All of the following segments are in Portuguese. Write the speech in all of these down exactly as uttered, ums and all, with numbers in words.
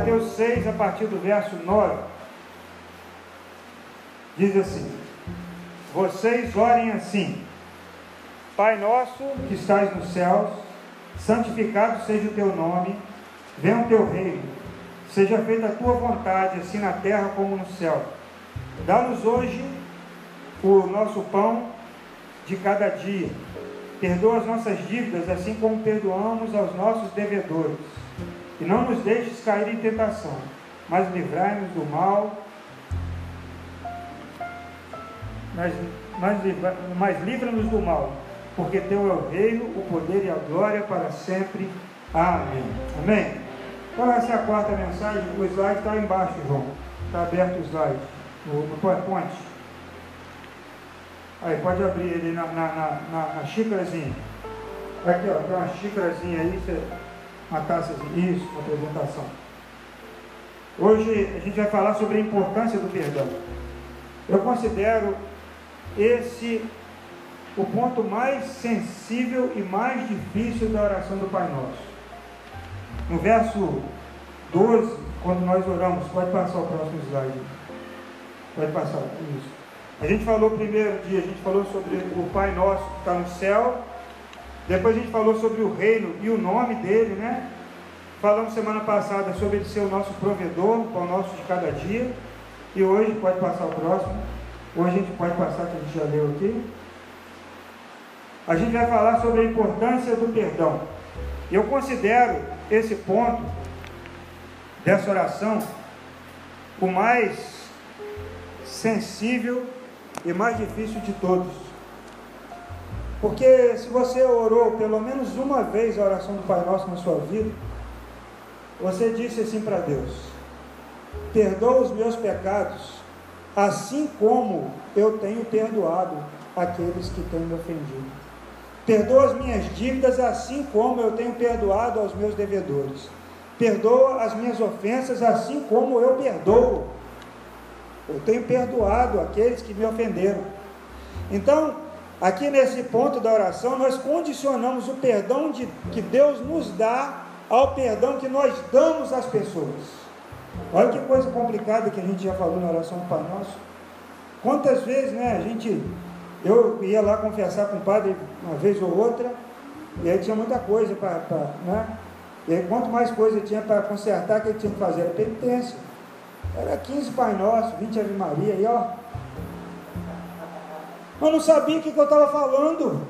Mateus seis, a partir do verso nove, diz assim: vocês orem assim: Pai nosso que estás nos céus, santificado seja o teu nome, venha o teu reino, seja feita a tua vontade, assim na terra como no céu. Dá-nos hoje o nosso pão de cada dia. Perdoa as nossas dívidas, assim como perdoamos aos nossos devedores. E não nos deixes cair em tentação, mas livrai-nos do mal, mas, mas, livra, mas livra-nos do mal, porque teu é o reino, o poder e a glória para sempre. Amém. Amém? Então essa é a quarta mensagem. O slide está embaixo, João. Está aberto o slide no, no PowerPoint. Aí, pode abrir ele na, na, na, na, na xícarazinha. Aqui, ó, tem uma xícarazinha aí, uma taçazinha. Isso, uma apresentação. Hoje a gente vai falar sobre a importância do perdão. Eu considero esse o ponto mais sensível e mais difícil da oração do Pai Nosso. No verso doze, quando nós oramos, pode passar o próximo slide. Pode passar, isso. A gente falou primeiro dia, a gente falou sobre o Pai Nosso que está no céu. Depois a gente falou sobre o reino e o nome dele, né? Falamos semana passada sobre ele ser o nosso provedor, o pão nosso de cada dia. E hoje, pode passar o próximo. Hoje a gente pode passar, que a gente já leu aqui. A gente vai falar sobre a importância do perdão. Eu considero esse ponto dessa oração o mais sensível e mais difícil de todos, porque se você orou pelo menos uma vez a oração do Pai Nosso na sua vida, você disse assim para Deus: perdoa os meus pecados, assim como eu tenho perdoado aqueles que têm me ofendido. Perdoa as minhas dívidas, assim como eu tenho perdoado aos meus devedores. Perdoa as minhas ofensas, assim como eu perdoo. Eu tenho perdoado aqueles que me ofenderam. Então, aqui nesse ponto da oração, nós condicionamos o perdão de, que Deus nos dá ao perdão que nós damos às pessoas. Olha que coisa complicada que a gente já falou na oração do Pai Nosso. Quantas vezes, né, a gente... Eu ia lá confessar com o padre uma vez ou outra, e aí tinha muita coisa para... Né? E aí quanto mais coisa tinha para consertar, que ele tinha que fazer? Era penitência. Era quinze Pai Nosso, vinte Ave Maria, e ó... Eu não sabia o que, que eu estava falando.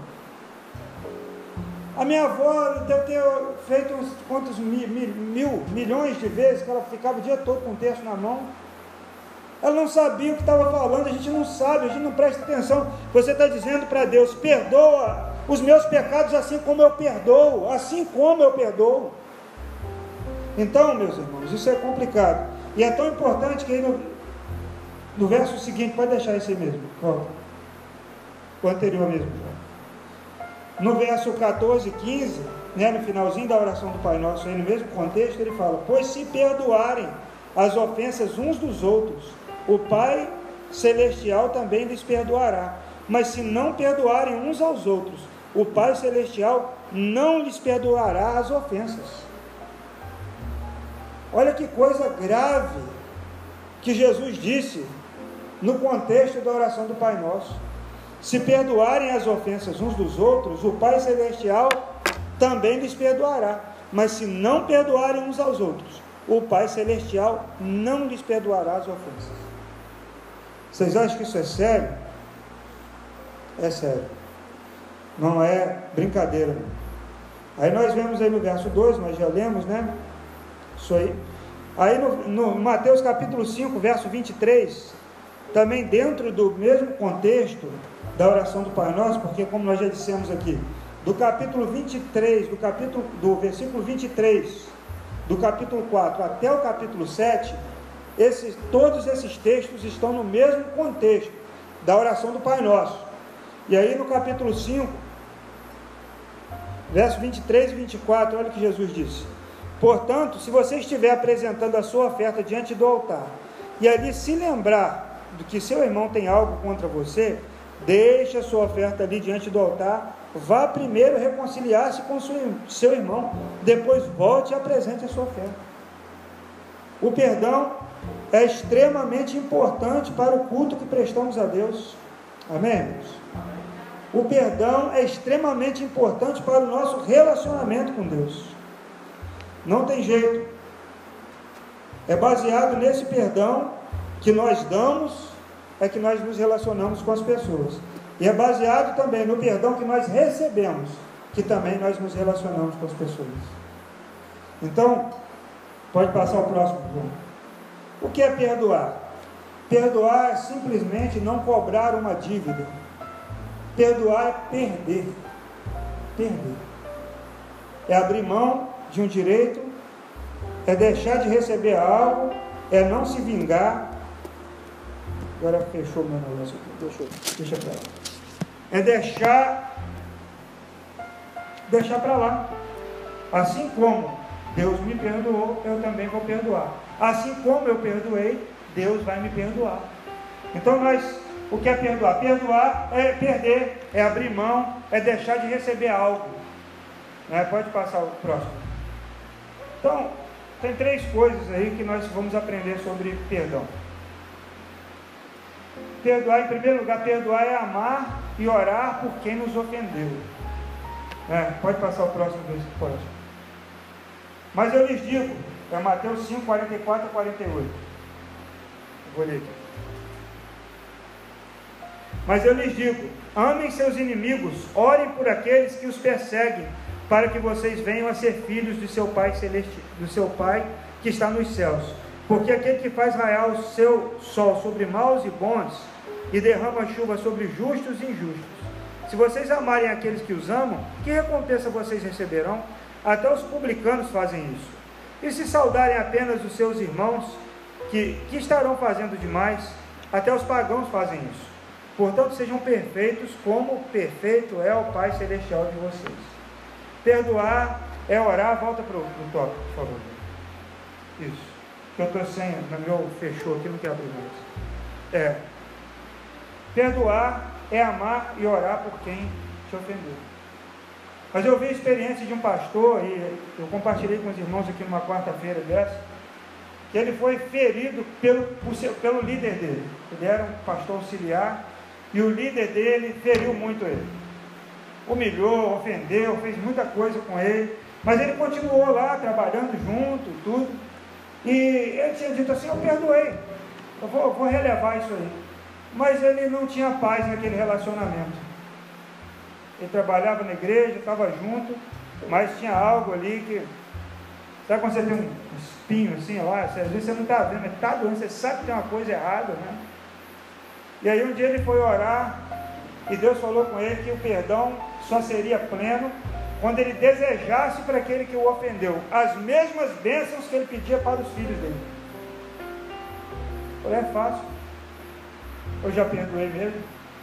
A minha avó deve ter feito uns quantos mil, mil, mil, milhões de vezes, que ela ficava o dia todo com o texto na mão. Ela não sabia o que estava falando, a gente não sabe, a gente não presta atenção. Você está dizendo para Deus: perdoa os meus pecados assim como eu perdoo, assim como eu perdoo. Então, meus irmãos, isso é complicado. E é tão importante que aí no, no verso seguinte, pode deixar esse aí mesmo, volta. O anterior mesmo. No verso catorze e quinze, né, no finalzinho da oração do Pai Nosso, aí no mesmo contexto, ele fala: pois se perdoarem as ofensas uns dos outros, o Pai Celestial também lhes perdoará. Mas se não perdoarem uns aos outros, o Pai Celestial não lhes perdoará as ofensas. Olha que coisa grave que Jesus disse no contexto da oração do Pai Nosso. Se perdoarem as ofensas uns dos outros, o Pai Celestial também lhes perdoará. Mas se não perdoarem uns aos outros, o Pai Celestial não lhes perdoará as ofensas. Vocês acham que isso é sério? É sério. Não é brincadeira. Aí nós vemos aí no verso dois, nós já lemos, né? Isso aí. Aí no, no Mateus capítulo cinco, verso vinte e três, também dentro do mesmo contexto da oração do Pai Nosso, porque como nós já dissemos aqui, do capítulo vinte e três, do capítulo, do versículo vinte e três, do capítulo quatro até o capítulo sete, esses, todos esses textos estão no mesmo contexto da oração do Pai Nosso. E aí no capítulo cinco, verso vinte e três e vinte e quatro, olha o que Jesus disse: portanto, se você estiver apresentando a sua oferta diante do altar, e ali se lembrar do que seu irmão tem algo contra você, deixe a sua oferta ali diante do altar, vá primeiro reconciliar-se com seu irmão, depois volte e apresente a sua oferta. O perdão é extremamente importante para o culto que prestamos a Deus. Amém, irmãos? O perdão é extremamente importante para o nosso relacionamento com Deus. Não tem jeito. É baseado nesse perdão que nós damos, é que nós nos relacionamos com as pessoas. E é baseado também no perdão que nós recebemos, que também nós nos relacionamos com as pessoas. Então, pode passar o próximo ponto. O que é perdoar? Perdoar é simplesmente não cobrar uma dívida. Perdoar é perder. Perder. É abrir mão de um direito, é deixar de receber algo, é não se vingar. Agora fechou meu negócio aqui. Deixa, deixa pra lá. É deixar, deixar para lá. Assim como Deus me perdoou, eu também vou perdoar. Assim como eu perdoei, Deus vai me perdoar. Então nós, o que é perdoar? Perdoar é perder, é abrir mão, é deixar de receber algo. Né? Pode passar o próximo. Então, tem três coisas aí que nós vamos aprender sobre perdão. Perdoar, em primeiro lugar, perdoar é amar e orar por quem nos ofendeu. É, pode passar o próximo versículo, pode. Mas eu lhes digo, é Mateus cinco, quarenta e quatro a quarenta e oito. Eu vou ler aqui. Mas eu lhes digo, amem seus inimigos, orem por aqueles que os perseguem, para que vocês venham a ser filhos de seu Pai celestial, do seu Pai que está nos céus. Porque aquele que faz raiar o seu sol sobre maus e bons, e derrama chuva sobre justos e injustos. Se vocês amarem aqueles que os amam, que recompensa vocês receberão? Até os publicanos fazem isso. E se saudarem apenas os seus irmãos, que, que estarão fazendo demais? Até os pagãos fazem isso. Portanto, sejam perfeitos, como perfeito é o Pai Celestial de vocês. Perdoar é orar. Volta para o top, por favor. Isso. Que eu estou sem, no meu fechou aqui, não quero abrir mais. É. Perdoar é amar e orar por quem te ofendeu. Mas eu vi a experiência de um pastor, e eu compartilhei com os irmãos aqui numa quarta-feira dessa, que ele foi ferido pelo, pelo líder dele. Ele era um pastor auxiliar, e o líder dele feriu muito ele. Humilhou, ofendeu, fez muita coisa com ele, mas ele continuou lá, trabalhando junto, tudo. E ele tinha dito assim, eu perdoei, eu vou, eu vou relevar isso aí. Mas ele não tinha paz naquele relacionamento. Ele trabalhava na igreja, estava junto, mas tinha algo ali que... Sabe quando você tem um espinho assim lá? Às vezes você não está vendo, mas está doendo, você sabe que tem uma coisa errada, né? E aí um dia ele foi orar, e Deus falou com ele que o perdão só seria pleno quando ele desejasse para aquele que o ofendeu as mesmas bênçãos que ele pedia para os filhos dele. Falei, é fácil. Eu já perdoei mesmo.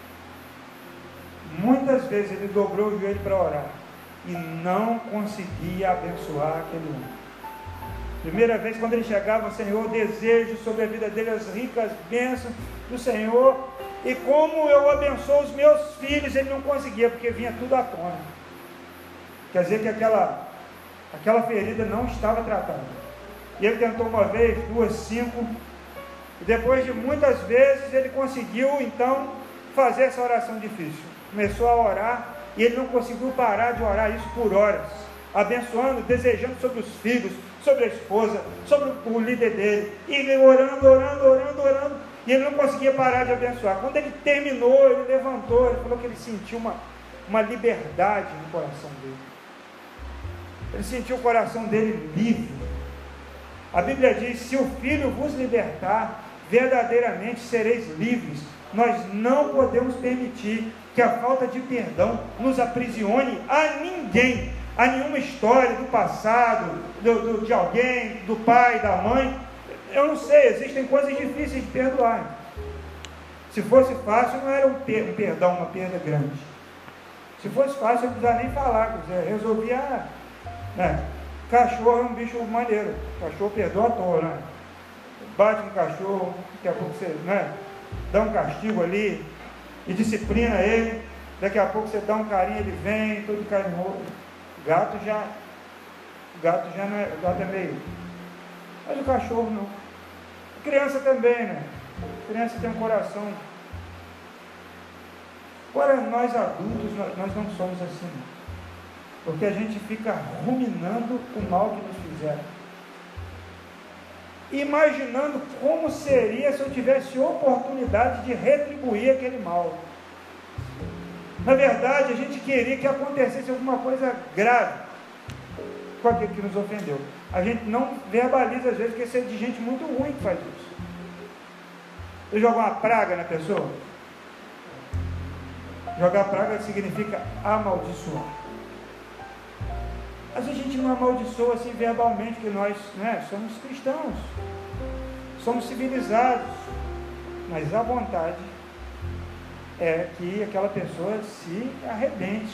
Muitas vezes ele dobrou o joelho para orar e não conseguia abençoar aquele homem. Primeira vez, quando ele chegava, Senhor, desejo sobre a vida dele as ricas bênçãos do Senhor, e como eu abençoo os meus filhos, ele não conseguia, porque vinha tudo à tona. Quer dizer que aquela, aquela ferida não estava tratada. E ele tentou uma vez, duas, cinco, e depois de muitas vezes ele conseguiu então fazer essa oração difícil. Começou a orar e ele não conseguiu parar de orar isso por horas, abençoando, desejando sobre os filhos, sobre a esposa, sobre o líder dele, e ele orando, orando, orando, orando, e ele não conseguia parar de abençoar. Quando ele terminou, ele levantou, ele falou que ele sentiu uma, uma liberdade no coração dele. Ele sentiu o coração dele livre. A Bíblia diz, se o Filho vos libertar, verdadeiramente sereis livres. Nós não podemos permitir que a falta de perdão nos aprisione a ninguém, a nenhuma história do passado, do, do, de alguém, do pai, da mãe. Eu não sei, existem coisas difíceis de perdoar. Se fosse fácil, não era um, per, um perdão, uma perda grande. Se fosse fácil, eu não precisava nem falar, eu resolvia, né? Cachorro é um bicho maneiro, cachorro perdoa à toa, né? Bate no cachorro, daqui a pouco você, né, dá um castigo ali e disciplina ele, daqui a pouco você dá um carinho, ele vem, todo carinhoso. Gato já, gato já não é, gato é meio, Mas o cachorro não. A criança também, né? A criança tem um coração. Agora, nós adultos, nós não somos assim, não. Porque a gente fica ruminando o mal que nos fizeram. Imaginando como seria se eu tivesse oportunidade de retribuir aquele mal. Na verdade, a gente queria que acontecesse alguma coisa grave com aquele que nos ofendeu. A gente não verbaliza às vezes, porque isso é de gente muito ruim que faz isso. Eu jogo uma praga na pessoa. Jogar praga significa amaldiçoar. Mas a gente não amaldiçoa assim verbalmente, que nós, né, somos cristãos, somos civilizados, mas a vontade é que aquela pessoa se arrebente.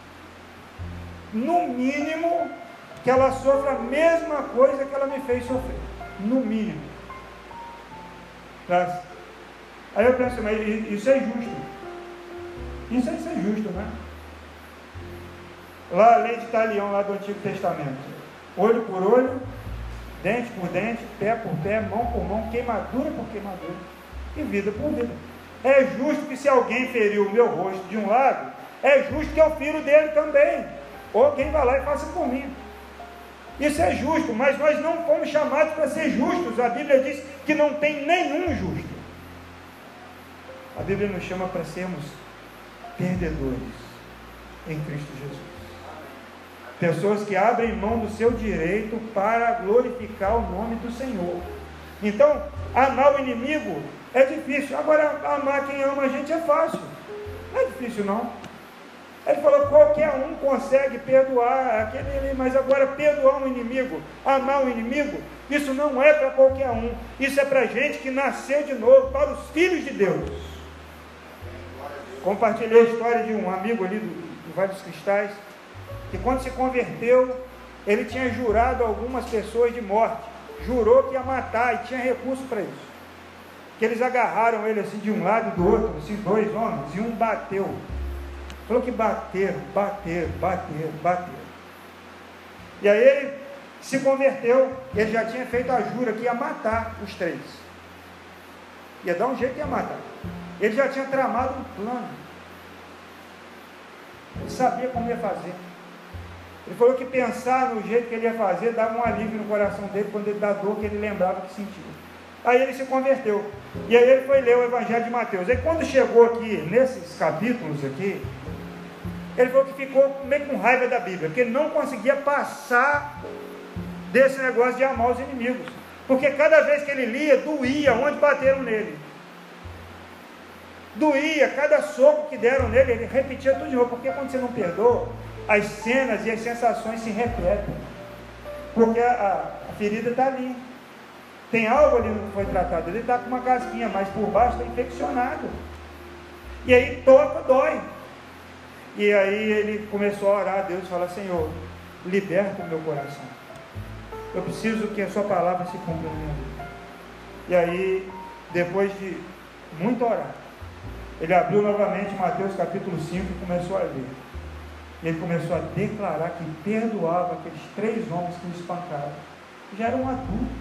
No mínimo, que ela sofra a mesma coisa que ela me fez sofrer. No mínimo. Tá? Aí eu penso, mas isso é justo. Isso é, isso é justo, né? Lá a lei de Talião, lá do Antigo Testamento. Olho por olho, dente por dente, pé por pé, mão por mão, queimadura por queimadura e vida por vida. É justo que se alguém feriu o meu rosto de um lado, é justo que eu firo dele também. Ou alguém vai lá e faça por mim. Isso é justo, mas nós não fomos chamados para ser justos. A Bíblia diz que não tem nenhum justo. A Bíblia nos chama para sermos perdedores em Cristo Jesus. Pessoas que abrem mão do seu direito para glorificar o nome do Senhor. Então, amar o inimigo é difícil. Agora, amar quem ama a gente é fácil. Não é difícil, não. Ele falou, qualquer um consegue perdoar aquele, mas agora perdoar um inimigo, amar um inimigo, isso não é para qualquer um. Isso é para gente que nasceu de novo, para os filhos de Deus. Compartilhei a história de um amigo ali do, do Vale dos Cristais, que quando se converteu, ele tinha jurado a algumas pessoas de morte, jurou que ia matar e tinha recurso para isso. Que eles agarraram ele assim de um lado e do outro, assim, dois homens, e um bateu. Falou que bateram, bateram, bateram, bateram. E aí ele se converteu, ele já tinha feito a jura que ia matar os três. Ia dar um jeito de ia matar. Ele já tinha tramado um plano. Ele sabia como ia fazer. Ele falou que pensar no jeito que ele ia fazer dava um alívio no coração dele quando ele dá dor que ele lembrava que sentia. Aí ele se converteu. E aí ele foi ler o Evangelho de Mateus. Aí quando chegou aqui, nesses capítulos aqui, ele falou que ficou meio com raiva da Bíblia, porque ele não conseguia passar desse negócio de amar os inimigos. Porque cada vez que ele lia, doía onde bateram nele. Doía, cada soco que deram nele, ele repetia tudo de novo. Porque quando você não perdoa, as cenas e as sensações se repetem. Porque a, a ferida está ali. Tem algo ali que foi tratado. Ele está com uma casquinha, mas por baixo está infeccionado. E aí toca, dói. E aí ele começou a orar a Deus e falar, Senhor, liberta o meu coração. Eu preciso que a sua palavra se cumpra na minha vida. E aí, depois de muito orar, ele abriu novamente Mateus capítulo cinco e começou a ler. Ele começou a declarar que perdoava aqueles três homens que o espancaram. Já era um adulto.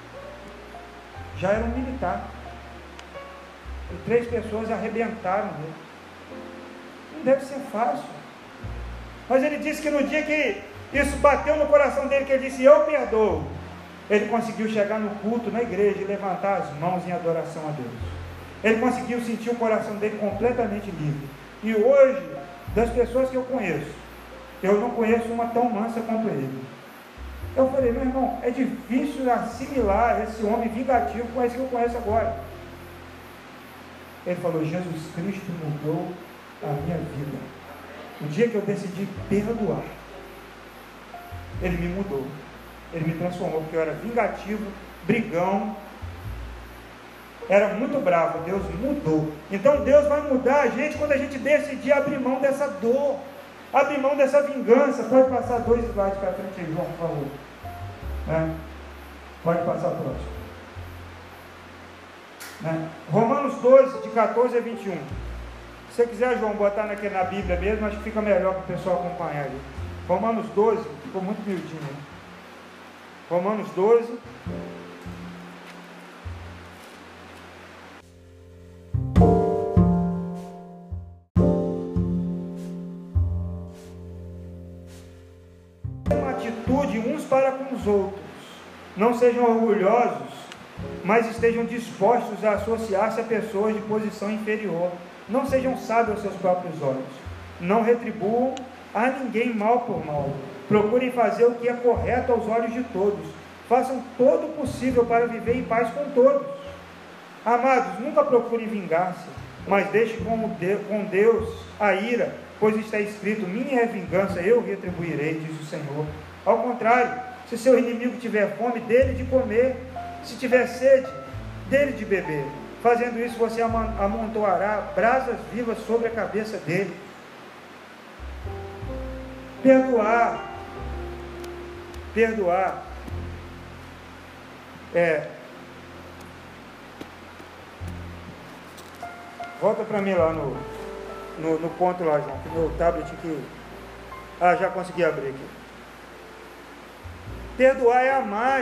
Já era um militar. E três pessoas arrebentaram ele. Não deve ser fácil. Mas ele disse que no dia que isso bateu no coração dele, que ele disse, eu perdoo, ele conseguiu chegar no culto, na igreja, e levantar as mãos em adoração a Deus. Ele conseguiu sentir o coração dele completamente livre. E hoje, das pessoas que eu conheço, eu não conheço uma tão mansa quanto ele. Eu falei, meu irmão, é difícil assimilar esse homem vingativo com esse que eu conheço agora. Ele falou, Jesus Cristo mudou a minha vida. O dia que eu decidi perdoar, ele me mudou. Ele me transformou, porque eu era vingativo, brigão, era muito bravo. Deus mudou. Então Deus vai mudar a gente quando a gente decidir abrir mão dessa dor, abrir mão dessa vingança. Pode passar dois slides para frente aí, João, por favor. Né? Pode passar próximo. Né? Romanos doze, de quatorze a vinte e um. Se você quiser, João, botar na, na Bíblia mesmo, acho que fica melhor para o pessoal acompanhar ali. Romanos doze, ficou muito miudinho. Né? Romanos doze, bondade uns para com os outros. Não sejam orgulhosos, mas estejam dispostos a associar-se a pessoas de posição inferior. Não sejam sábios aos seus próprios olhos. Não retribuam a ninguém mal por mal. Procurem fazer o que é correto aos olhos de todos. Façam todo o possível para viver em paz com todos. Amados, nunca procurem vingar-se, mas deixe com Deus a ira, pois está escrito: minha é a vingança, eu retribuirei, diz o Senhor. Ao contrário, se seu inimigo tiver fome, dele de comer, se tiver sede, dele de beber. Fazendo isso, você amontoará brasas vivas sobre a cabeça dele. Perdoar, perdoar, é, volta para mim lá no, no, no ponto lá, João, que meu tablet aqui, ah, já consegui abrir aqui. Perdoar é amar,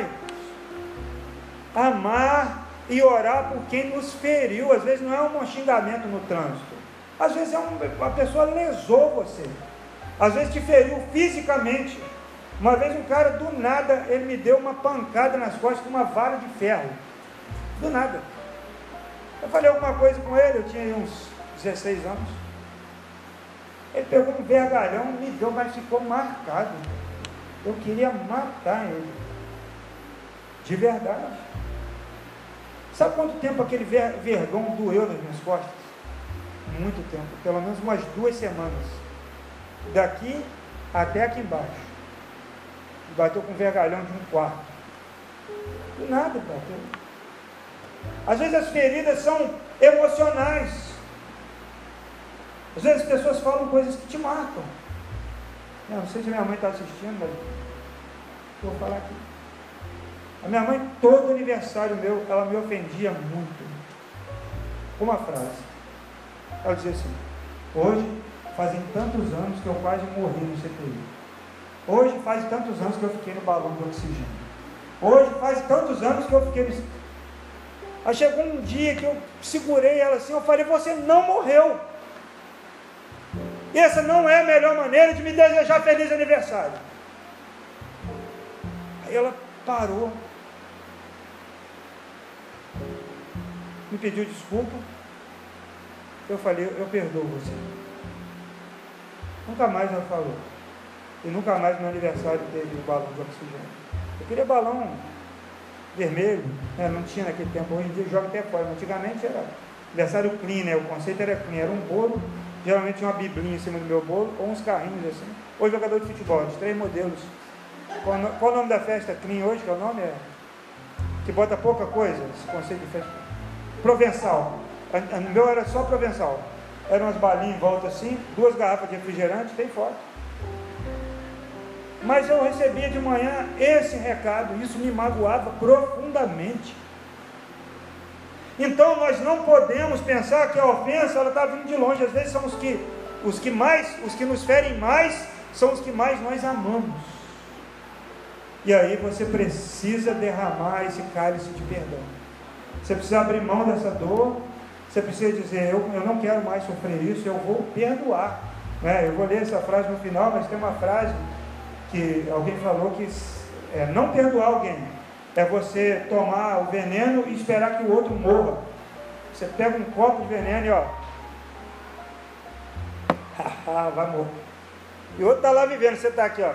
amar e orar por quem nos feriu. Às vezes não é um xingamento no trânsito, às vezes é um, uma pessoa lesou você, às vezes te feriu fisicamente. Uma vez um cara, do nada, ele me deu uma pancada nas costas com uma vara de ferro, do nada. Eu falei alguma coisa com ele, eu tinha uns dezesseis anos, ele pegou um vergalhão, me deu, mas ficou marcado. Eu queria matar ele, de verdade. Sabe quanto tempo aquele ver, vergão doeu nas minhas costas? Muito tempo, pelo menos umas duas semanas, daqui até aqui embaixo. Bateu com um vergalhão de um quarto, do nada bateu. Às vezes as feridas são emocionais, às vezes as pessoas falam coisas que te marcam. Não, não sei se minha mãe está assistindo, mas vou falar aqui. A minha mãe, todo aniversário meu, ela me ofendia muito com uma frase. Ela dizia assim: hoje fazem tantos anos que eu quase morri no C T I. Hoje faz tantos anos que eu fiquei no balão de oxigênio. Hoje faz tantos anos que eu fiquei no... Aí chegou um dia que eu segurei ela assim, eu falei: você não morreu. E essa não é a melhor maneira de me desejar feliz aniversário. Aí ela parou, me pediu desculpa. Eu falei: eu perdoo você. Nunca mais ela falou. E nunca mais no meu aniversário teve balão de oxigênio. Eu queria balão vermelho, né? Não tinha naquele tempo. Hoje em dia joga até fora. Antigamente era aniversário clean, né? O conceito era clean, era um bolo, geralmente uma biblinha em cima do meu bolo, ou uns carrinhos assim. Ou jogador de futebol, os três modelos. Qual, qual o nome da festa clean hoje? Que é o nome? É, que bota pouca coisa, esse conceito de festa. Provençal. O meu era só provençal. Eram umas balinhas em volta assim, duas garrafas de refrigerante, tem foto. Mas eu recebia de manhã esse recado, isso me magoava profundamente. Então nós não podemos pensar que a ofensa ela está vindo de longe. Às vezes são os que, os que mais, os que nos ferem mais, são os que mais nós amamos. E aí você precisa derramar esse cálice de perdão. Você precisa abrir mão dessa dor. Você precisa dizer: eu, eu não quero mais sofrer isso, eu vou perdoar, né? Eu vou ler essa frase no final, mas tem uma frase que alguém falou que é, não perdoar alguém é você tomar o veneno e esperar que o outro morra. Você pega um copo de veneno e ó, vai morrer. E o outro está lá vivendo, você está aqui, ó,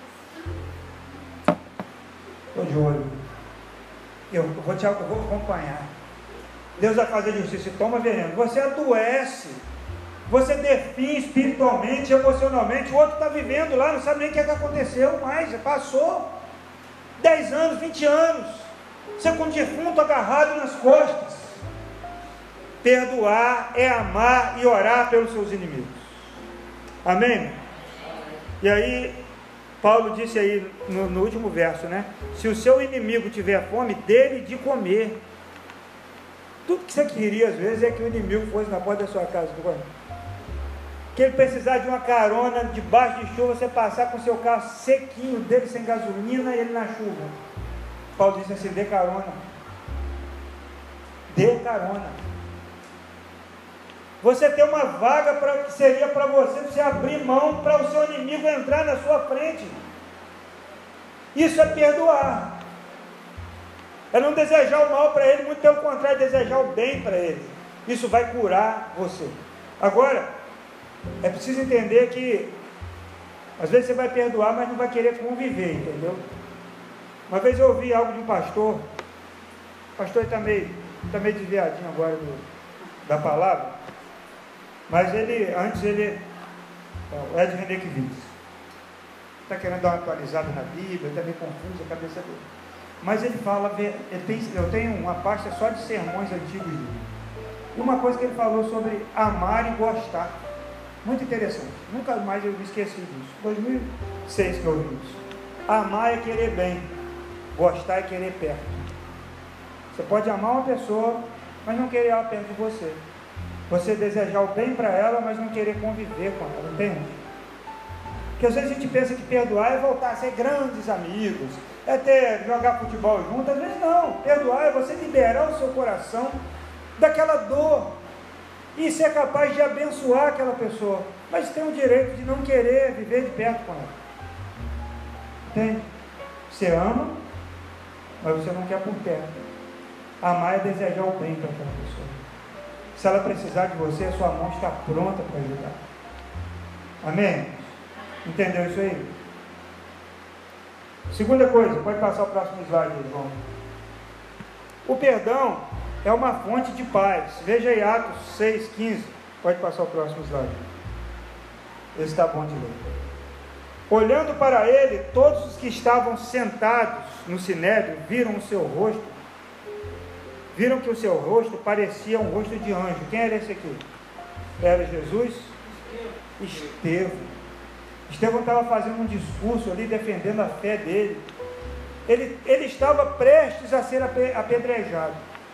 estou de olho, eu vou te eu vou acompanhar. Deus vai fazer justiça e toma veneno. Você adoece, você define espiritualmente, emocionalmente. O outro está vivendo lá, não sabe nem o que, é que aconteceu mais, já passou dez anos, vinte anos, você com o defunto agarrado nas costas. Perdoar é amar e orar pelos seus inimigos. Amém? E aí Paulo disse aí no, no último verso, né? Se o seu inimigo tiver fome, dele de comer. Tudo que você queria às vezes é que o inimigo fosse na porta da sua casa, que ele precisar de uma carona debaixo de chuva, você passar com o seu carro sequinho dele, sem gasolina, e ele na chuva. Paulo disse assim: dê carona, dê carona. Você tem uma vaga pra, que seria para você, você abrir mão para o seu inimigo entrar na sua frente. Isso é perdoar. É não desejar o mal para ele, muito pelo contrário, desejar o bem para ele. Isso vai curar você. Agora, é preciso entender que às vezes você vai perdoar, mas não vai querer conviver, entendeu? Uma vez eu ouvi algo de um pastor, o pastor está meio, tá meio desviadinho agora do, da palavra, mas ele, antes ele, o Ed Renekiewicz, está querendo dar uma atualizada na Bíblia, está meio confuso a cabeça dele. Mas ele fala, ele tem, eu tenho uma pasta só de sermões antigos dele. E uma coisa que ele falou sobre amar e gostar, muito interessante, nunca mais eu me esqueci disso, dois mil e seis que eu ouvi isso. Amar é querer bem, gostar é querer perto. Você pode amar uma pessoa, mas não querer ela perto de você. Você desejar o bem para ela, mas não querer conviver com ela, entende? Porque às vezes a gente pensa que perdoar é voltar a ser grandes amigos, é ter, jogar futebol junto. Às vezes não, perdoar é você liberar o seu coração daquela dor e ser capaz de abençoar aquela pessoa, mas tem o direito de não querer viver de perto com ela, entende? Você ama, mas você não quer por perto. Amar é desejar o bem para aquela pessoa. Se ela precisar de você, a sua mão está pronta para ajudar. Amém? Entendeu isso aí? Segunda coisa, pode passar o próximo slide aí, João. O perdão é uma fonte de paz. Veja aí Atos seis, quinze. Pode passar o próximo slide. Esse está bom de ler. Olhando para ele, todos os que estavam sentados no sinédrio viram o seu rosto, viram que o seu rosto parecia um rosto de anjo. Quem era esse aqui? Era Jesus? Estevão. Estevão estava fazendo um discurso ali, defendendo a fé dele. Ele, ele estava prestes a ser apedrejado,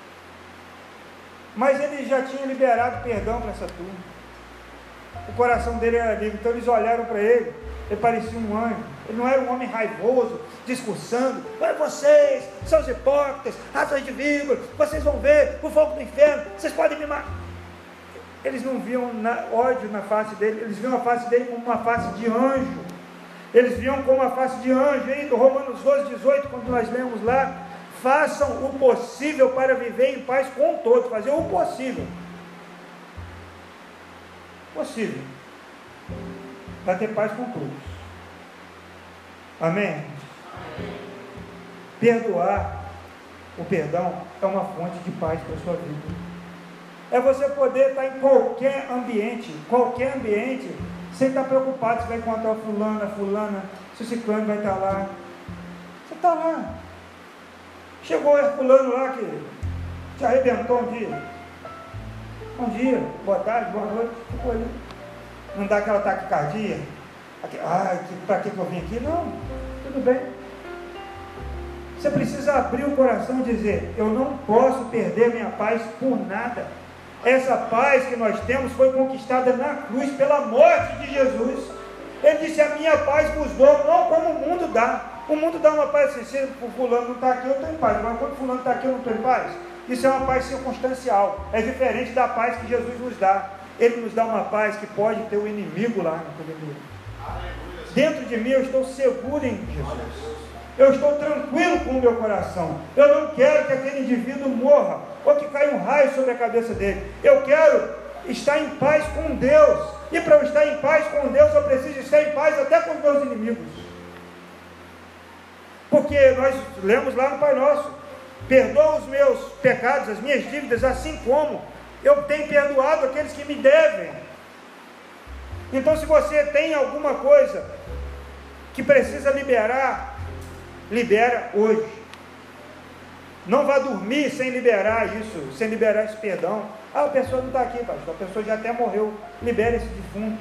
mas ele já tinha liberado perdão para essa turma. O coração dele era livre. Então eles olharam para ele, ele parecia um anjo. Ele não era um homem raivoso, discursando: olha, vocês são os hipócritas, raças de víbora, vocês vão ver o fogo do inferno, vocês podem me matar. Eles não viam na, ódio na face dele, eles viam a face dele como uma face de anjo. Eles viam como uma face de anjo. Aí do Romanos doze, dezoito, quando nós lemos lá: façam o possível para viver em paz com todos. Fazer o possível. Possível. Para ter paz com todos. Amém? Perdoar, o perdão é uma fonte de paz para a sua vida. É você poder estar em qualquer ambiente, qualquer ambiente, sem estar preocupado se vai encontrar o fulano, a fulana, se o ciclano vai estar lá. Você está lá. Chegou o fulano lá que te arrebentou um dia. Bom dia, boa tarde, boa noite. Ficou ali. Não dá aquela taquicardia. Ah, para que eu vim aqui? Não, tudo bem. Você precisa abrir o coração e dizer: eu não posso perder minha paz por nada. Essa paz que nós temos foi conquistada na cruz pela morte de Jesus. Ele disse: a minha paz vos dou, não como o mundo dá. O mundo dá uma paz assim: se o fulano não está aqui, eu estou em paz. Mas quando o fulano está aqui, eu não estou em paz. Isso é uma paz circunstancial. É diferente da paz que Jesus nos dá. Ele nos dá uma paz que pode ter o inimigo lá naquele inimigo. Dentro de mim eu estou seguro em Jesus. Eu estou tranquilo com o meu coração. Eu não quero que aquele indivíduo morra, ou que caia um raio sobre a cabeça dele. Eu quero estar em paz com Deus. E para eu estar em paz com Deus, eu preciso estar em paz até com os meus inimigos. Porque nós lemos lá no Pai Nosso: perdoa os meus pecados, as minhas dívidas, assim como eu tenho perdoado aqueles que me devem. Então, se você tem alguma coisa que precisa liberar, libera hoje. Não vá dormir sem liberar isso, sem liberar esse perdão. Ah, a pessoa não está aqui, pastor, a pessoa já até morreu. Libera esse defunto.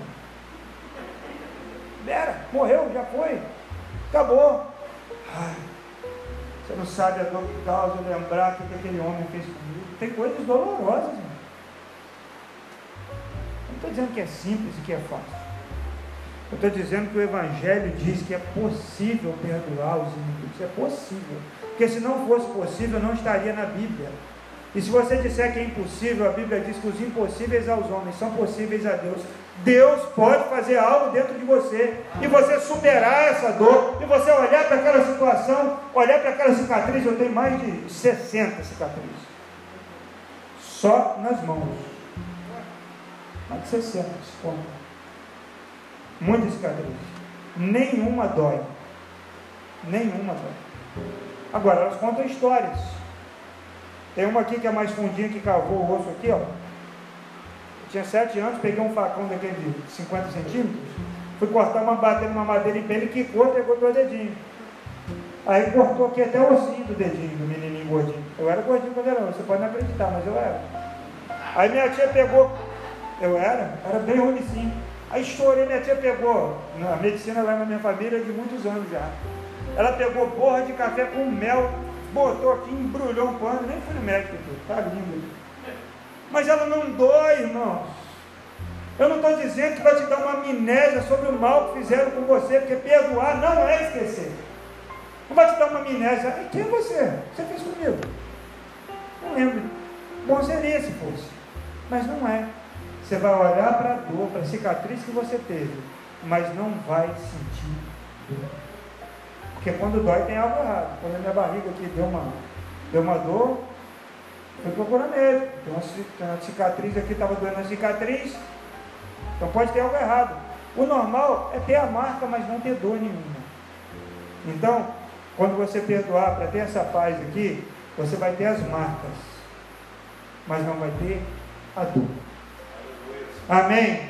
Libera, morreu, já foi, acabou. Ai, você não sabe a dor que causa lembrar o que aquele homem fez comigo. Tem coisas dolorosas, irmão. Eu não estou dizendo que é simples e que é fácil. Eu estou dizendo que o Evangelho diz que é possível perdoar os inimigos. É possível. Porque se não fosse possível, não estaria na Bíblia. E se você disser que é impossível, a Bíblia diz que os impossíveis aos homens são possíveis a Deus. Deus pode fazer algo dentro de você, e você superar essa dor, e você olhar para aquela situação, olhar para aquela cicatriz. Eu tenho mais de sessenta cicatrizes, só nas mãos, mais de sessenta, muitas cicatrizes, nenhuma dói, nenhuma dói. Agora, elas contam histórias. Tem uma aqui que é mais fundinha, que cavou o osso aqui, ó. Tinha sete anos, peguei um facão daquele de cinquenta centímetros, fui cortar uma bateria numa madeira em pé, ele quicou, pegou meu dedinho. Aí cortou aqui até o ossinho do dedinho, do menininho gordinho. Eu era gordinho quando era, você pode não acreditar, mas eu era. Aí minha tia pegou, eu era, era bem ruimzinho. Aí estourei, minha tia pegou, a medicina lá na minha família é de muitos anos já. Ela pegou borra de café com mel, botou aqui, embrulhou um pano, nem fui no médico, tá lindo. Mas ela não dói, irmãos. Eu não estou dizendo que vai te dar uma amnésia sobre o mal que fizeram com você, porque perdoar não é esquecer. Não vai te dar uma amnésia. Ah, quem é você? Você fez comigo? Não lembro. Bom seria se fosse, mas não é. Você vai olhar para a dor, para a cicatriz que você teve, mas não vai sentir dor. Porque quando dói tem algo errado. Quando a minha barriga aqui deu uma, deu uma dor, fui procurar médico. Tem uma, uma cicatriz aqui, estava doendo a cicatriz. Então pode ter algo errado. O normal é ter a marca, mas não ter dor nenhuma. Então, quando você perdoar, para ter essa paz aqui, você vai ter as marcas, mas não vai ter a dor. Amém? Amém.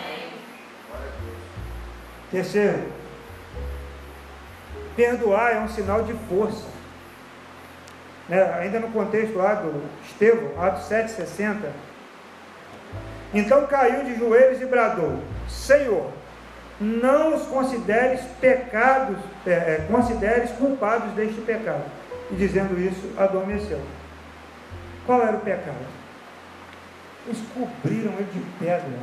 Terceiro, perdoar é um sinal de força. Né? Ainda no contexto lá do Estevão, Atos sete, sessenta. Então caiu de joelhos e bradou: Senhor, não os consideres pecados, é, é, consideres culpados deste pecado. E dizendo isso, adormeceu. Qual era o pecado? Eles cobriram ele de pedra.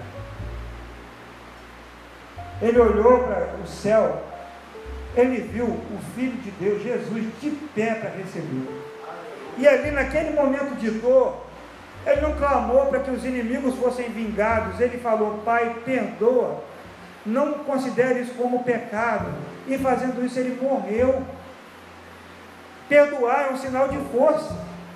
Ele olhou para o céu, ele viu o Filho de Deus, Jesus, de pé para recebê-lo. E ali naquele momento de dor, ele não clamou para que os inimigos fossem vingados, ele falou: Pai, perdoa, não considere isso como pecado. E fazendo isso ele morreu. Perdoar é um sinal de força.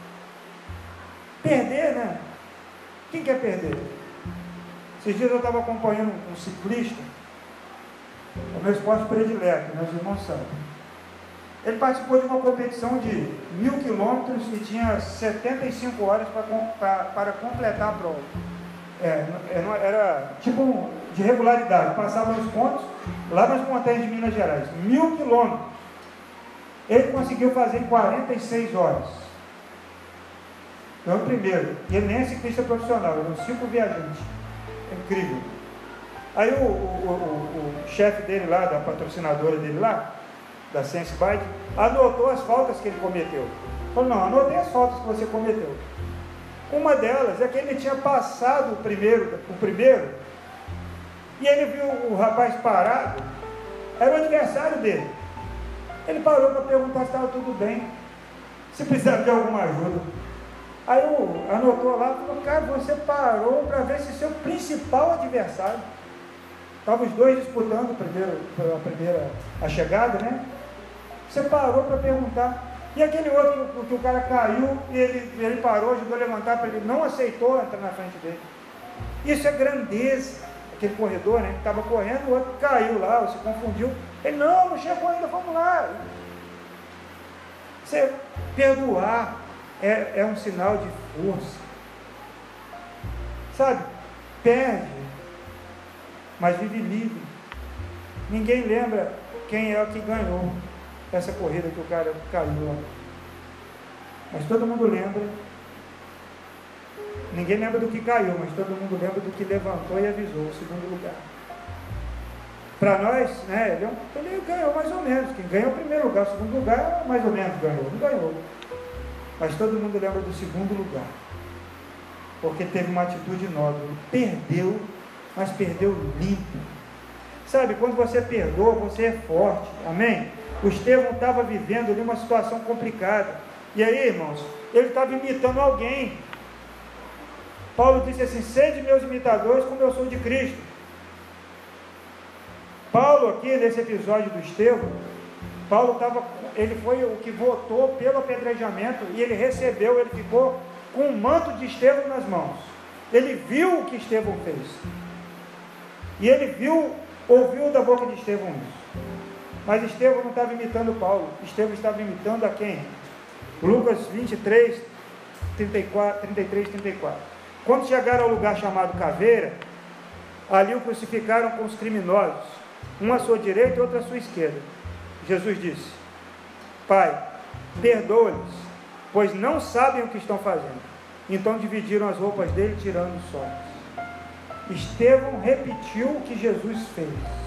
Perder, né? Quem quer perder? Esses dias eu estava acompanhando um ciclista, é o meu esporte predileto, meus irmãos sabem. Ele participou de uma competição de mil quilômetros e tinha setenta e cinco horas para, para, para completar a prova. É, era tipo de regularidade, passava os pontos lá nas montanhas de Minas Gerais, mil quilômetros. Ele conseguiu fazer em quarenta e seis horas. Então, primeiro, ele nem é ciclista profissional, ele é um cinco viajante. É incrível. Aí o, o, o, o chefe dele lá, da patrocinadora dele lá, da Sense Bike, anotou as faltas que ele cometeu. Falou: não, anotei as faltas que você cometeu. Uma delas é que ele tinha passado o primeiro, o primeiro, e ele viu o rapaz parado, era o adversário dele. Ele parou para perguntar se estava tudo bem, se precisava de alguma ajuda. Aí o, anotou lá e falou: cara, você parou para ver se seu principal adversário, estavam os dois disputando o primeiro, a primeira a chegada, né? Você parou para perguntar. E aquele outro que, que o cara caiu e ele, ele parou, ajudou a levantar para ele, não aceitou entrar na frente dele. Isso é grandeza. Aquele corredor, né, que estava correndo, o outro caiu lá, ou se confundiu. Ele: não, não chegou ainda, vamos lá. Você perdoar é, é um sinal de força. Sabe? Perde, mas vive livre. Ninguém lembra quem é o que ganhou essa corrida que o cara caiu lá. Mas todo mundo lembra. Ninguém lembra do que caiu, mas todo mundo lembra do que levantou e avisou o segundo lugar. Para nós, né, ele, ele ganhou mais ou menos. Quem ganhou o primeiro lugar, o segundo lugar, mais ou menos ganhou. Não ganhou. Mas todo mundo lembra do segundo lugar. Porque teve uma atitude nobre. Perdeu, mas perdeu limpo. Sabe, quando você perdoa, você é forte. Amém? O Estevão estava vivendo ali uma situação complicada. E aí, irmãos, ele estava imitando alguém. Paulo disse assim: sede meus imitadores como eu sou de Cristo. Paulo aqui, nesse episódio do Estevão, Paulo estava, ele foi o que votou pelo apedrejamento, e ele recebeu, ele ficou com o manto de Estevão nas mãos. Ele viu o que Estevão fez, e ele viu, ouviu da boca de Estevão isso. Mas Estevão não estava imitando Paulo, Estevão estava imitando a quem? Lucas vinte e três, trinta e quatro, trinta e três, trinta e quatro. Quando chegaram ao lugar chamado Caveira, ali o crucificaram com os criminosos, um à sua direita e outro à sua esquerda. Jesus disse: Pai, perdoa-lhes, pois não sabem o que estão fazendo. Então dividiram as roupas dele, tirando os sortes. Estevão repetiu o que Jesus fez.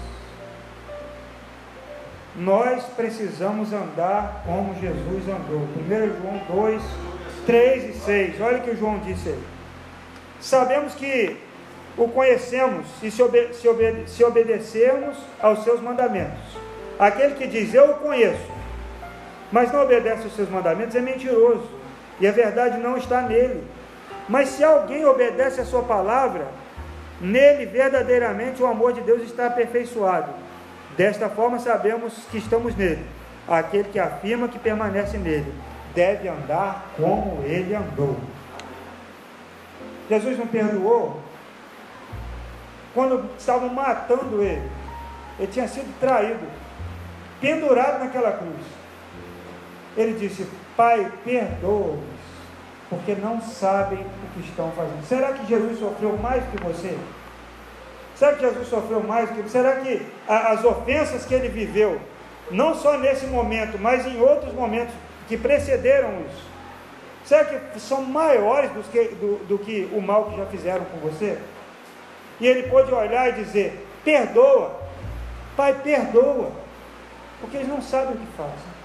Nós precisamos andar como Jesus andou. primeiro João dois, três e seis. Olha o que o João disse aí. Sabemos que o conhecemos e se, obede se, obede se obedecermos aos seus mandamentos. Aquele que diz, eu o conheço, mas não obedece aos seus mandamentos, é mentiroso, e a verdade não está nele. Mas se alguém obedece a sua palavra, nele verdadeiramente o amor de Deus está aperfeiçoado. Desta forma sabemos que estamos nele. Aquele que afirma que permanece nele deve andar como ele andou. Jesus não perdoou quando estavam matando ele. Ele tinha sido traído, pendurado naquela cruz. Ele disse, Pai, perdoa-os, porque não sabem o que estão fazendo. Será que Jesus sofreu mais que você? Será que Jesus sofreu mais que você? Será que a, as ofensas que ele viveu, não só nesse momento, mas em outros momentos que precederam isso, será que são maiores do que, do, do que o mal que já fizeram com você? E ele pôde olhar e dizer, perdoa, Pai, perdoa, porque eles não sabem o que fazem.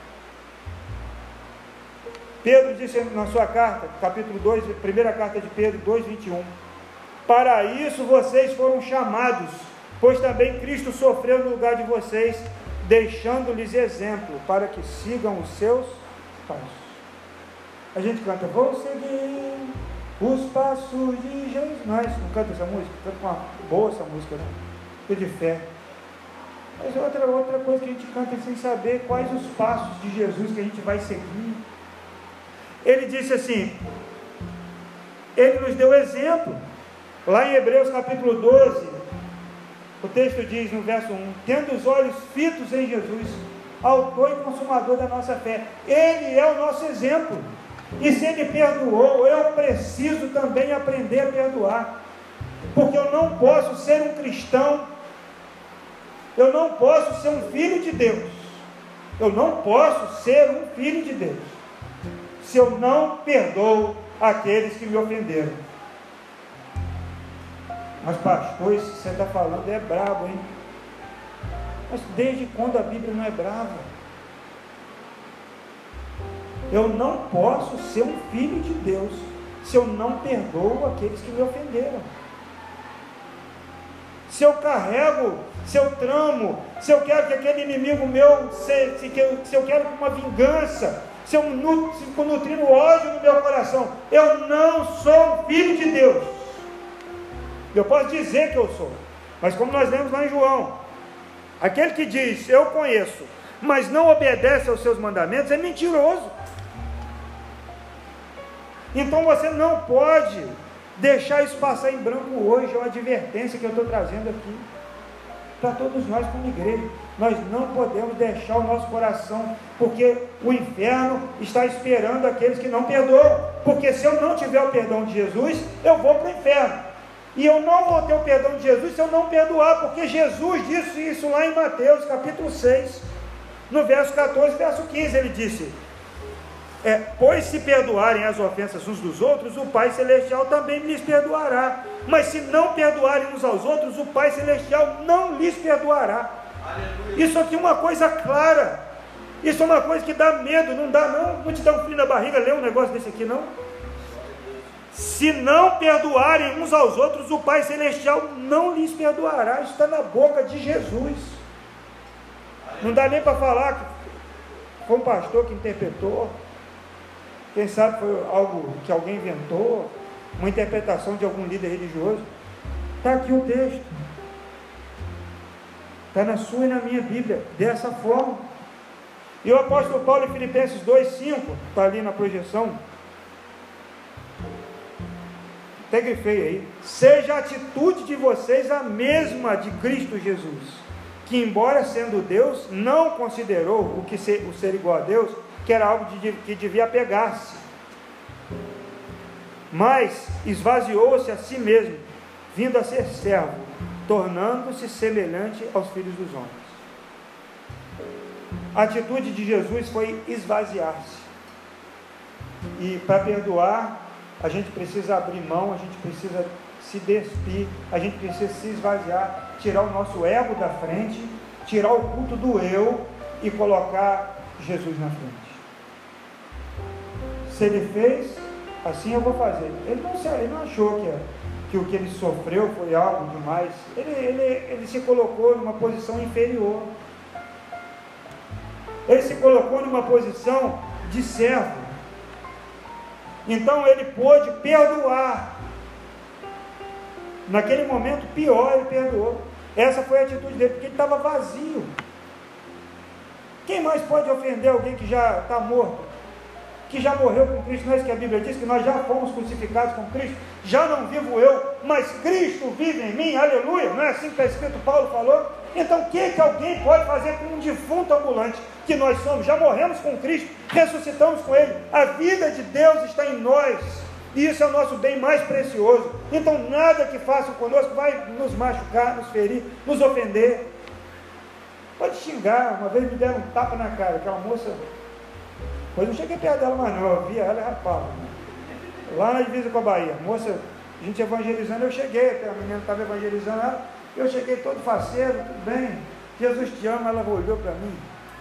Pedro disse na sua carta, capítulo dois, primeira carta de Pedro dois, vinte e um, para isso vocês foram chamados, pois também Cristo sofreu no lugar de vocês, deixando-lhes exemplo, para que sigam os seus passos. A gente canta, vou seguir os passos de Jesus. Nós não canta essa música? Canta uma boa essa música, né? E de fé. Mas outra, outra coisa que a gente canta sem saber quais os passos de Jesus que a gente vai seguir. Ele disse assim, ele nos deu exemplo. Lá em Hebreus capítulo doze, o texto diz no verso um, tendo os olhos fitos em Jesus, autor e consumador da nossa fé. Ele é o nosso exemplo. E se ele perdoou, eu preciso também aprender a perdoar. Porque eu não posso ser um cristão, eu não posso ser um filho de Deus, eu não posso ser um filho de Deus, se eu não perdoo aqueles que me ofenderam. Mas pastor, isso que você está falando é brabo, hein? Mas desde quando a Bíblia não é brava? Eu não posso ser um filho de Deus se eu não perdoo aqueles que me ofenderam. Se eu carrego, se eu tramo, se eu quero que aquele inimigo meu, se, se, se eu quero uma vingança, se eu fico nutrindo ódio no meu coração, eu não sou um filho de Deus. Eu posso dizer que eu sou, mas como nós lemos lá em João, aquele que diz, eu conheço, mas não obedece aos seus mandamentos, é mentiroso. Então você não pode deixar isso passar em branco hoje, é uma advertência que eu estou trazendo aqui, para todos nós como igreja. Nós não podemos deixar o nosso coração, porque o inferno está esperando aqueles que não perdoam, porque se eu não tiver o perdão de Jesus, eu vou para o inferno. E eu não vou ter o perdão de Jesus se eu não perdoar, porque Jesus disse isso lá em Mateus capítulo seis, no verso catorze, verso quinze, ele disse, é, pois se perdoarem as ofensas uns dos outros, o Pai Celestial também lhes perdoará, mas se não perdoarem uns aos outros, o Pai Celestial não lhes perdoará. Aleluia. Isso aqui é uma coisa clara, isso é uma coisa que dá medo, não dá não, não te dá um frio na barriga ler um negócio desse aqui não? Se não perdoarem uns aos outros, o Pai Celestial não lhes perdoará. Isso está na boca de Jesus. Não dá nem para falar que foi um pastor que interpretou. Quem sabe foi algo que alguém inventou, uma interpretação de algum líder religioso. Está aqui o texto. Está na sua e na minha Bíblia, dessa forma. E o apóstolo Paulo em Filipenses dois, cinco, está ali na projeção, até grifei aí: seja a atitude de vocês a mesma de Cristo Jesus, que embora sendo Deus, não considerou o, que ser, o ser igual a Deus, que era algo de, que devia apegar-se, mas esvaziou-se a si mesmo, vindo a ser servo, tornando-se semelhante aos filhos dos homens. A atitude de Jesus foi esvaziar-se. E para perdoar, a gente precisa abrir mão, a gente precisa se despir, a gente precisa se esvaziar, tirar o nosso ego da frente, tirar o culto do eu e colocar Jesus na frente. Se ele fez, assim eu vou fazer. Ele não, ele não achou que, que o que ele sofreu foi algo demais. Ele, ele, ele se colocou numa posição inferior. Ele se colocou numa posição de servo. Então ele pôde perdoar. Naquele momento pior, ele perdoou. Essa foi a atitude dele, porque ele estava vazio. Quem mais pode ofender alguém que já está morto? Que já morreu com Cristo? Não é isso que a Bíblia diz? Que nós já fomos crucificados com Cristo. Já não vivo eu, mas Cristo vive em mim. Aleluia. Não é assim que está escrito? Paulo falou. Então o que, que alguém pode fazer com um defunto ambulante que nós somos? Já morremos com Cristo, ressuscitamos com Ele. A vida de Deus está em nós. E isso é o nosso bem mais precioso. Então nada que façam conosco vai nos machucar, nos ferir, nos ofender. Pode xingar. Uma vez me deram um tapa na cara, aquela moça. Pois não cheguei perto dela mais não, eu via ela e rapava. Lá na divisa com a Bahia, a moça, a gente evangelizando, eu cheguei, a menina estava evangelizando ela, eu cheguei todo faceiro, tudo bem, Jesus te ama, ela olhou para mim.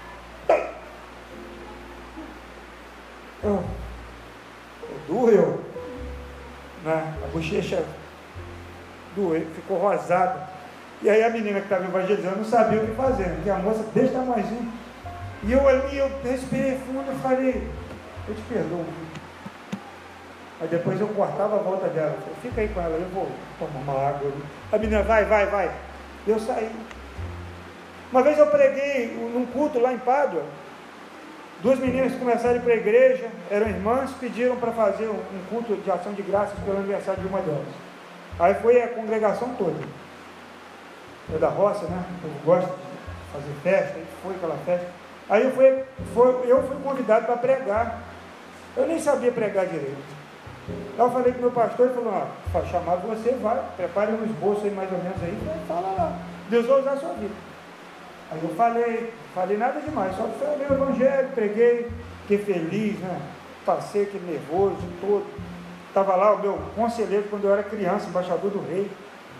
Eu, doeu, né? A bochecha doeu, ficou rosada. E aí a menina que estava evangelizando não sabia o que fazer, porque a moça desse tamanhozinho. E eu ali, eu respirei fundo e falei, eu te perdoo. Aí depois eu cortava a volta dela, falei, fica aí com ela, eu vou tomar uma água. A menina, vai, vai, vai. E eu saí. Uma vez eu preguei num culto lá em Pádua. Duas meninas que começaram a ir para a igreja, eram irmãs, pediram para fazer um culto de ação de graças pelo aniversário de uma delas. Aí foi a congregação toda. É da roça, né? O povo gosta de fazer festa, aí foi aquela festa. Aí eu fui, foi, eu fui convidado para pregar. Eu nem sabia pregar direito. Aí eu falei com o meu pastor, ele falou, ó, ah, chamado você, vai, prepare um esboço aí mais ou menos aí, vai, fala lá. Deus vai usar a sua vida. Aí eu falei, falei nada demais, só falei o evangelho, preguei, fiquei feliz, né? Passei aquele nervoso todo. Estava lá o meu conselheiro quando eu era criança, embaixador do rei.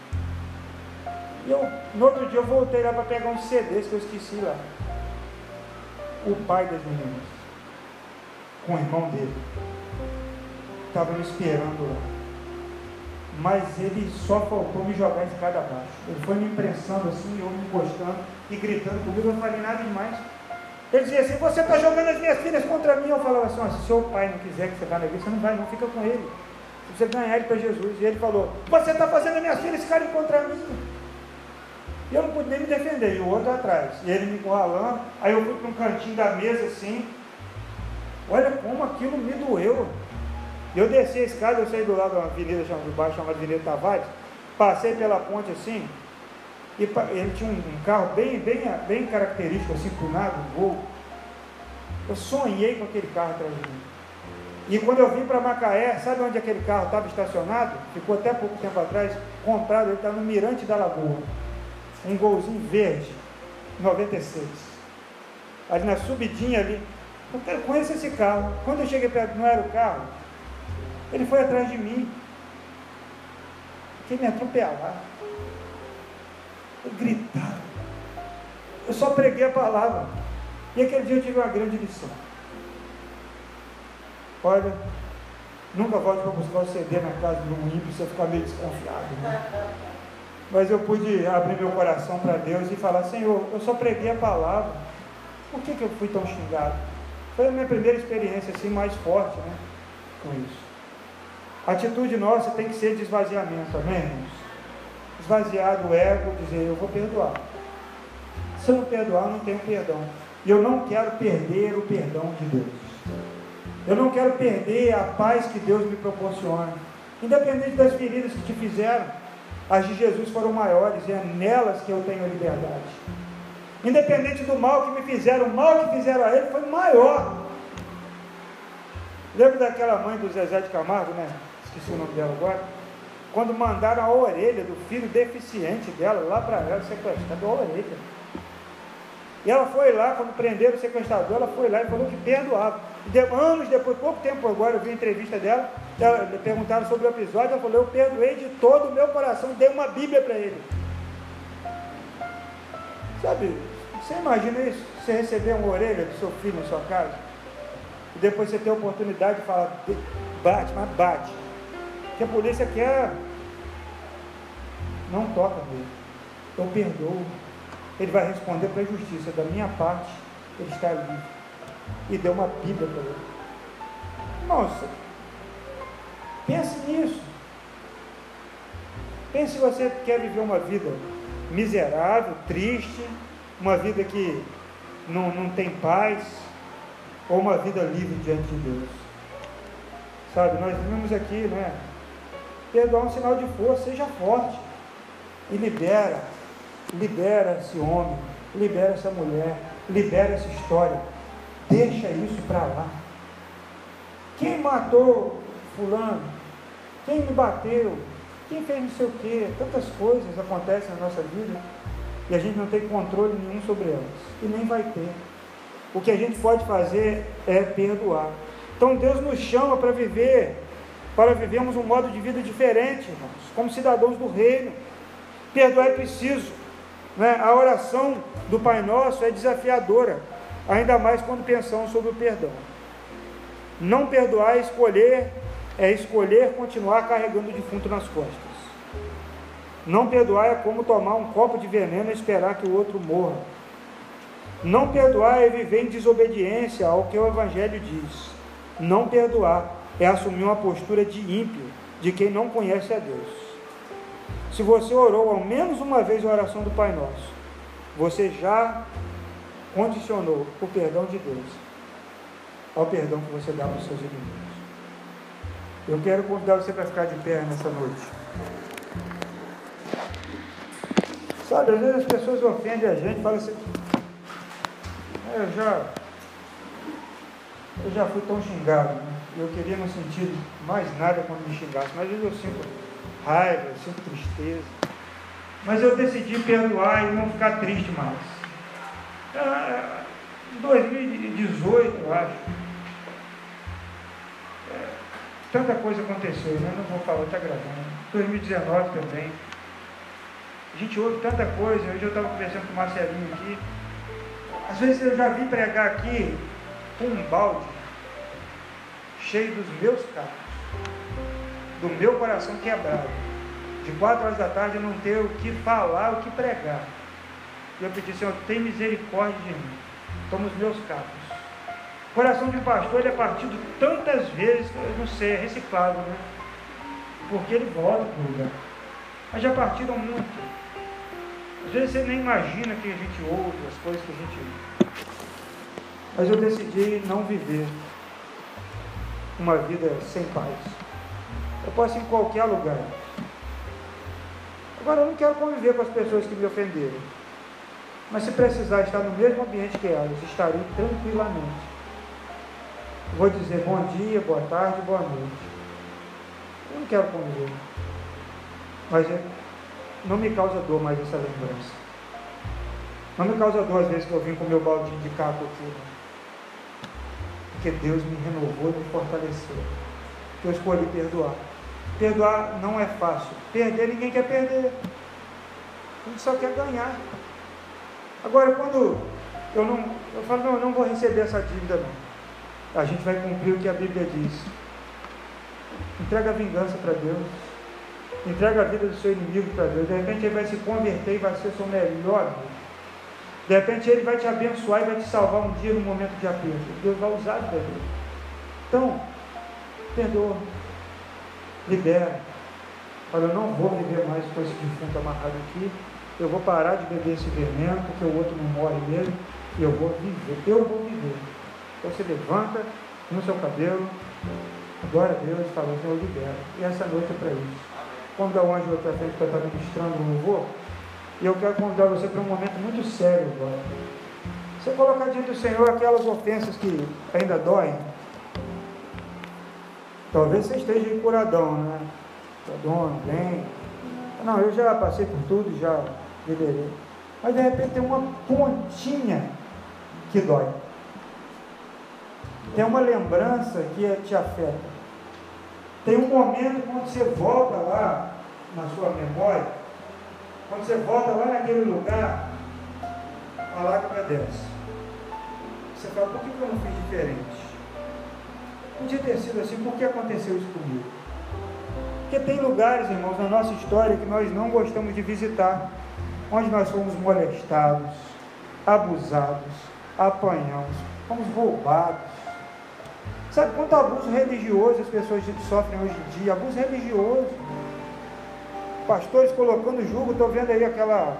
E eu, no outro dia eu voltei lá para pegar uns C Ds que eu esqueci lá. O pai das meninas, com o irmão dele, estava me esperando lá. Mas ele só faltou me jogar a escada abaixo. Ele foi me imprensando assim, eu me encostando e gritando comigo, eu não falei nada demais. Ele dizia assim, você está jogando as minhas filhas contra mim. Eu falava assim, se seu pai não quiser que você vá na igreja, você não vai, não, fica com ele. Você precisa ganhar ele para Jesus. E ele falou, você está fazendo as minhas filhas ficarem contra mim. E eu não pude nem me defender, e o outro atrás. E ele me encurralando, aí eu fui para um cantinho da mesa assim. Olha como aquilo me doeu. Eu desci a escada, eu saí do lado de uma avenida chamada de baixo, chamada Avenida Tavares, passei pela ponte assim, e ele tinha um, um carro bem, bem, bem característico, assim, tunado, um Gol. Eu sonhei com aquele carro atrás de mim. E quando eu vim para Macaé, sabe onde aquele carro estava estacionado? Ficou até pouco tempo atrás, comprado, ele estava no Mirante da Lagoa. Um Golzinho verde, noventa e seis. Ali na subidinha ali. Eu quero conhecer esse carro. Quando eu cheguei perto, não era o carro, ele foi atrás de mim. Quem me atropelar. Eu gritava. Eu só preguei a palavra. E aquele dia eu tive uma grande lição. Olha, nunca volte para buscar o C D na casa de um ímpio, você ficar meio desconfiado, né? Mas eu pude abrir meu coração para Deus e falar, Senhor, eu só preguei a palavra. Por que, que eu fui tão xingado? Foi a minha primeira experiência assim, mais forte, né, com isso. A atitude nossa tem que ser de esvaziamento, amém, irmãos? Esvaziar do ego, dizer, eu vou perdoar. Se eu não perdoar, eu não tenho perdão. E eu não quero perder o perdão de Deus. Eu não quero perder a paz que Deus me proporciona. Independente das feridas que te fizeram, as de Jesus foram maiores e é nelas que eu tenho liberdade. Independente do mal que me fizeram, o mal que fizeram a ele foi maior. Lembra daquela mãe do Zezé de Camargo, né? Esqueci o nome dela agora. Quando mandaram a orelha do filho deficiente dela lá para ela sequestrar a orelha. E ela foi lá, quando prenderam o sequestrador, ela foi lá e falou que perdoava. E de, anos depois, pouco tempo agora, eu vi a entrevista dela, ela, perguntaram sobre o episódio, ela falou, eu perdoei de todo o meu coração, dei uma Bíblia para ele. Sabe, você imagina isso? Você receber uma orelha do seu filho na sua casa, e depois você ter a oportunidade de falar, bate, mas bate. Que a polícia quer, não toca nele, eu perdoo. Ele vai responder para a justiça, da minha parte, ele está livre. E deu uma Bíblia para ele. Nossa, pense nisso. Pense se você quer viver uma vida miserável, triste, uma vida que não, não tem paz, ou uma vida livre diante de Deus. Sabe, nós vimos aqui, né? Perdoar é um sinal de força, seja forte. E libera. Libera esse homem, libera essa mulher, libera essa história, deixa isso para lá. Quem matou fulano? Quem me bateu? Quem fez não sei o quê? Tantas coisas acontecem na nossa vida e a gente não tem controle nenhum sobre elas e nem vai ter. O que a gente pode fazer é perdoar. Então Deus nos chama para viver, para vivermos um modo de vida diferente, irmãos, como cidadãos do reino. Perdoar é preciso. Né? A oração do Pai Nosso é desafiadora, ainda mais quando pensamos sobre o perdão. Não perdoar é escolher, é escolher continuar carregando o defunto nas costas. Não perdoar é como tomar um copo de veneno e esperar que o outro morra. Não perdoar é viver em desobediência ao que o Evangelho diz. Não perdoar é assumir uma postura de ímpio, de quem não conhece a Deus. Se você orou ao menos uma vez a oração do Pai Nosso, você já condicionou o perdão de Deus ao perdão que você dá para os seus inimigos. Eu quero convidar você para ficar de pé nessa noite. Sabe, às vezes as pessoas ofendem a gente, falam assim, eu já, eu já fui tão xingado, né? Eu queria não sentir mais nada quando me xingasse, mas às vezes eu sinto raiva, eu sinto tristeza, mas eu decidi perdoar e não ficar triste mais. Em dois mil e dezoito, eu acho, é, tanta coisa aconteceu, né? Não vou falar, está gravando. dois mil e dezenove também, a gente ouve tanta coisa. Hoje eu estava conversando com o Marcelinho aqui, às vezes eu já vim pregar aqui com um balde cheio dos meus carros, do meu coração quebrado, de quatro horas da tarde eu não ter o que falar, o que pregar, e eu pedi, Senhor, tem misericórdia de mim, toma os meus carros. O coração de um pastor, ele é partido tantas vezes, eu não sei, é reciclado, né? Porque ele volta para o lugar, mas já partiram muito. Às vezes você nem imagina que a gente ouve, as coisas que a gente ouve, mas eu decidi não viver uma vida sem paz. Eu posso ir em qualquer lugar. Agora eu não quero conviver com as pessoas que me ofenderam, mas se precisar estar no mesmo ambiente que elas, estarei tranquilamente. Vou dizer bom dia, boa tarde, boa noite. Eu não quero conviver, mas é, não me causa dor mais essa lembrança. Não me causa dor às vezes que eu vim com o meu baldinho de caco aqui, porque Deus me renovou, me fortaleceu, que eu escolhi perdoar. Perdoar não é fácil. Perder, ninguém quer perder. A gente só quer ganhar. Agora, quando eu não, eu falo, não, eu não vou receber essa dívida, não. A gente vai cumprir o que a Bíblia diz. Entrega a vingança para Deus. Entrega a vida do seu inimigo para Deus. De repente ele vai se converter e vai ser seu melhor amigo. De repente ele vai te abençoar e vai te salvar um dia no momento de aperto. Deus vai usar a vida dele. Então, perdoa. Libera. Olha, eu não vou viver mais com esse defunto amarrado aqui. eu vou parar de beber esse veneno, porque o outro não morre mesmo, e eu vou viver, eu vou viver. Então você levanta no seu cabelo, glória a Deus, fala, Senhor, libera. E essa noite é para isso. Convidar o anjo aqui à frente para estar ministrando o louvor, e eu quero convidar você para um momento muito sério agora. Você colocar diante do Senhor aquelas ofensas que ainda doem. Talvez você esteja curadão, né? Curadão, bem. Não, eu já passei por tudo, já liberei. Mas de repente tem uma pontinha que dói. Tem uma lembrança que te afeta. Tem um momento quando você volta lá na sua memória, quando você volta lá naquele lugar, a lágrima desce. Você fala, por que eu não fiz diferente? Podia ter sido assim, por que aconteceu isso comigo? Porque tem lugares, irmãos, na nossa história que nós não gostamos de visitar, onde nós fomos molestados, abusados, apanhamos, fomos roubados. Sabe quanto abuso religioso as pessoas sofrem hoje em dia? Abuso religioso. Pastores colocando julgo, estou vendo aí aquela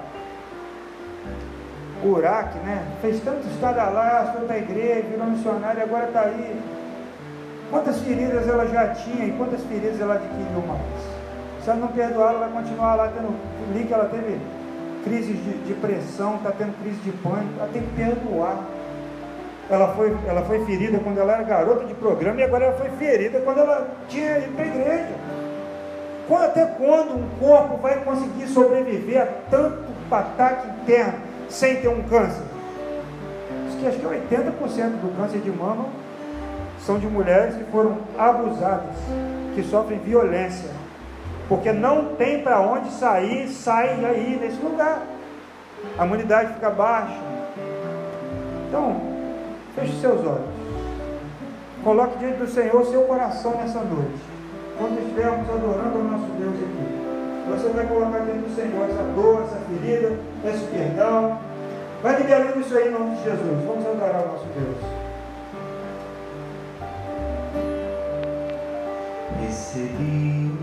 Uraque, né? Fez tanto estadalhaço, foi para a igreja, virou missionário, agora está aí. Quantas feridas ela já tinha e quantas feridas ela adquiriu mais? Se ela não perdoar, ela vai continuar lá tendo. Li que ela teve crise de, de pressão, está tendo crise de pânico, ela tem que perdoar. Ela foi, ela foi ferida quando ela era garota de programa e agora ela foi ferida quando ela tinha ido para a igreja. Quando, até quando um corpo vai conseguir sobreviver a tanto ataque interno sem ter um câncer? Diz que acho que oitenta por cento do câncer de mama são de mulheres que foram abusadas, que sofrem violência, porque não tem para onde sair, sai aí nesse lugar, a imunidade fica baixa. Então, feche seus olhos, coloque diante do Senhor seu coração nessa noite, quando estivermos adorando ao nosso Deus aqui. Você vai colocar diante do Senhor essa dor, essa ferida, esse perdão, vai liberando isso aí em nome de Jesus. Vamos adorar o nosso Deus. Recebi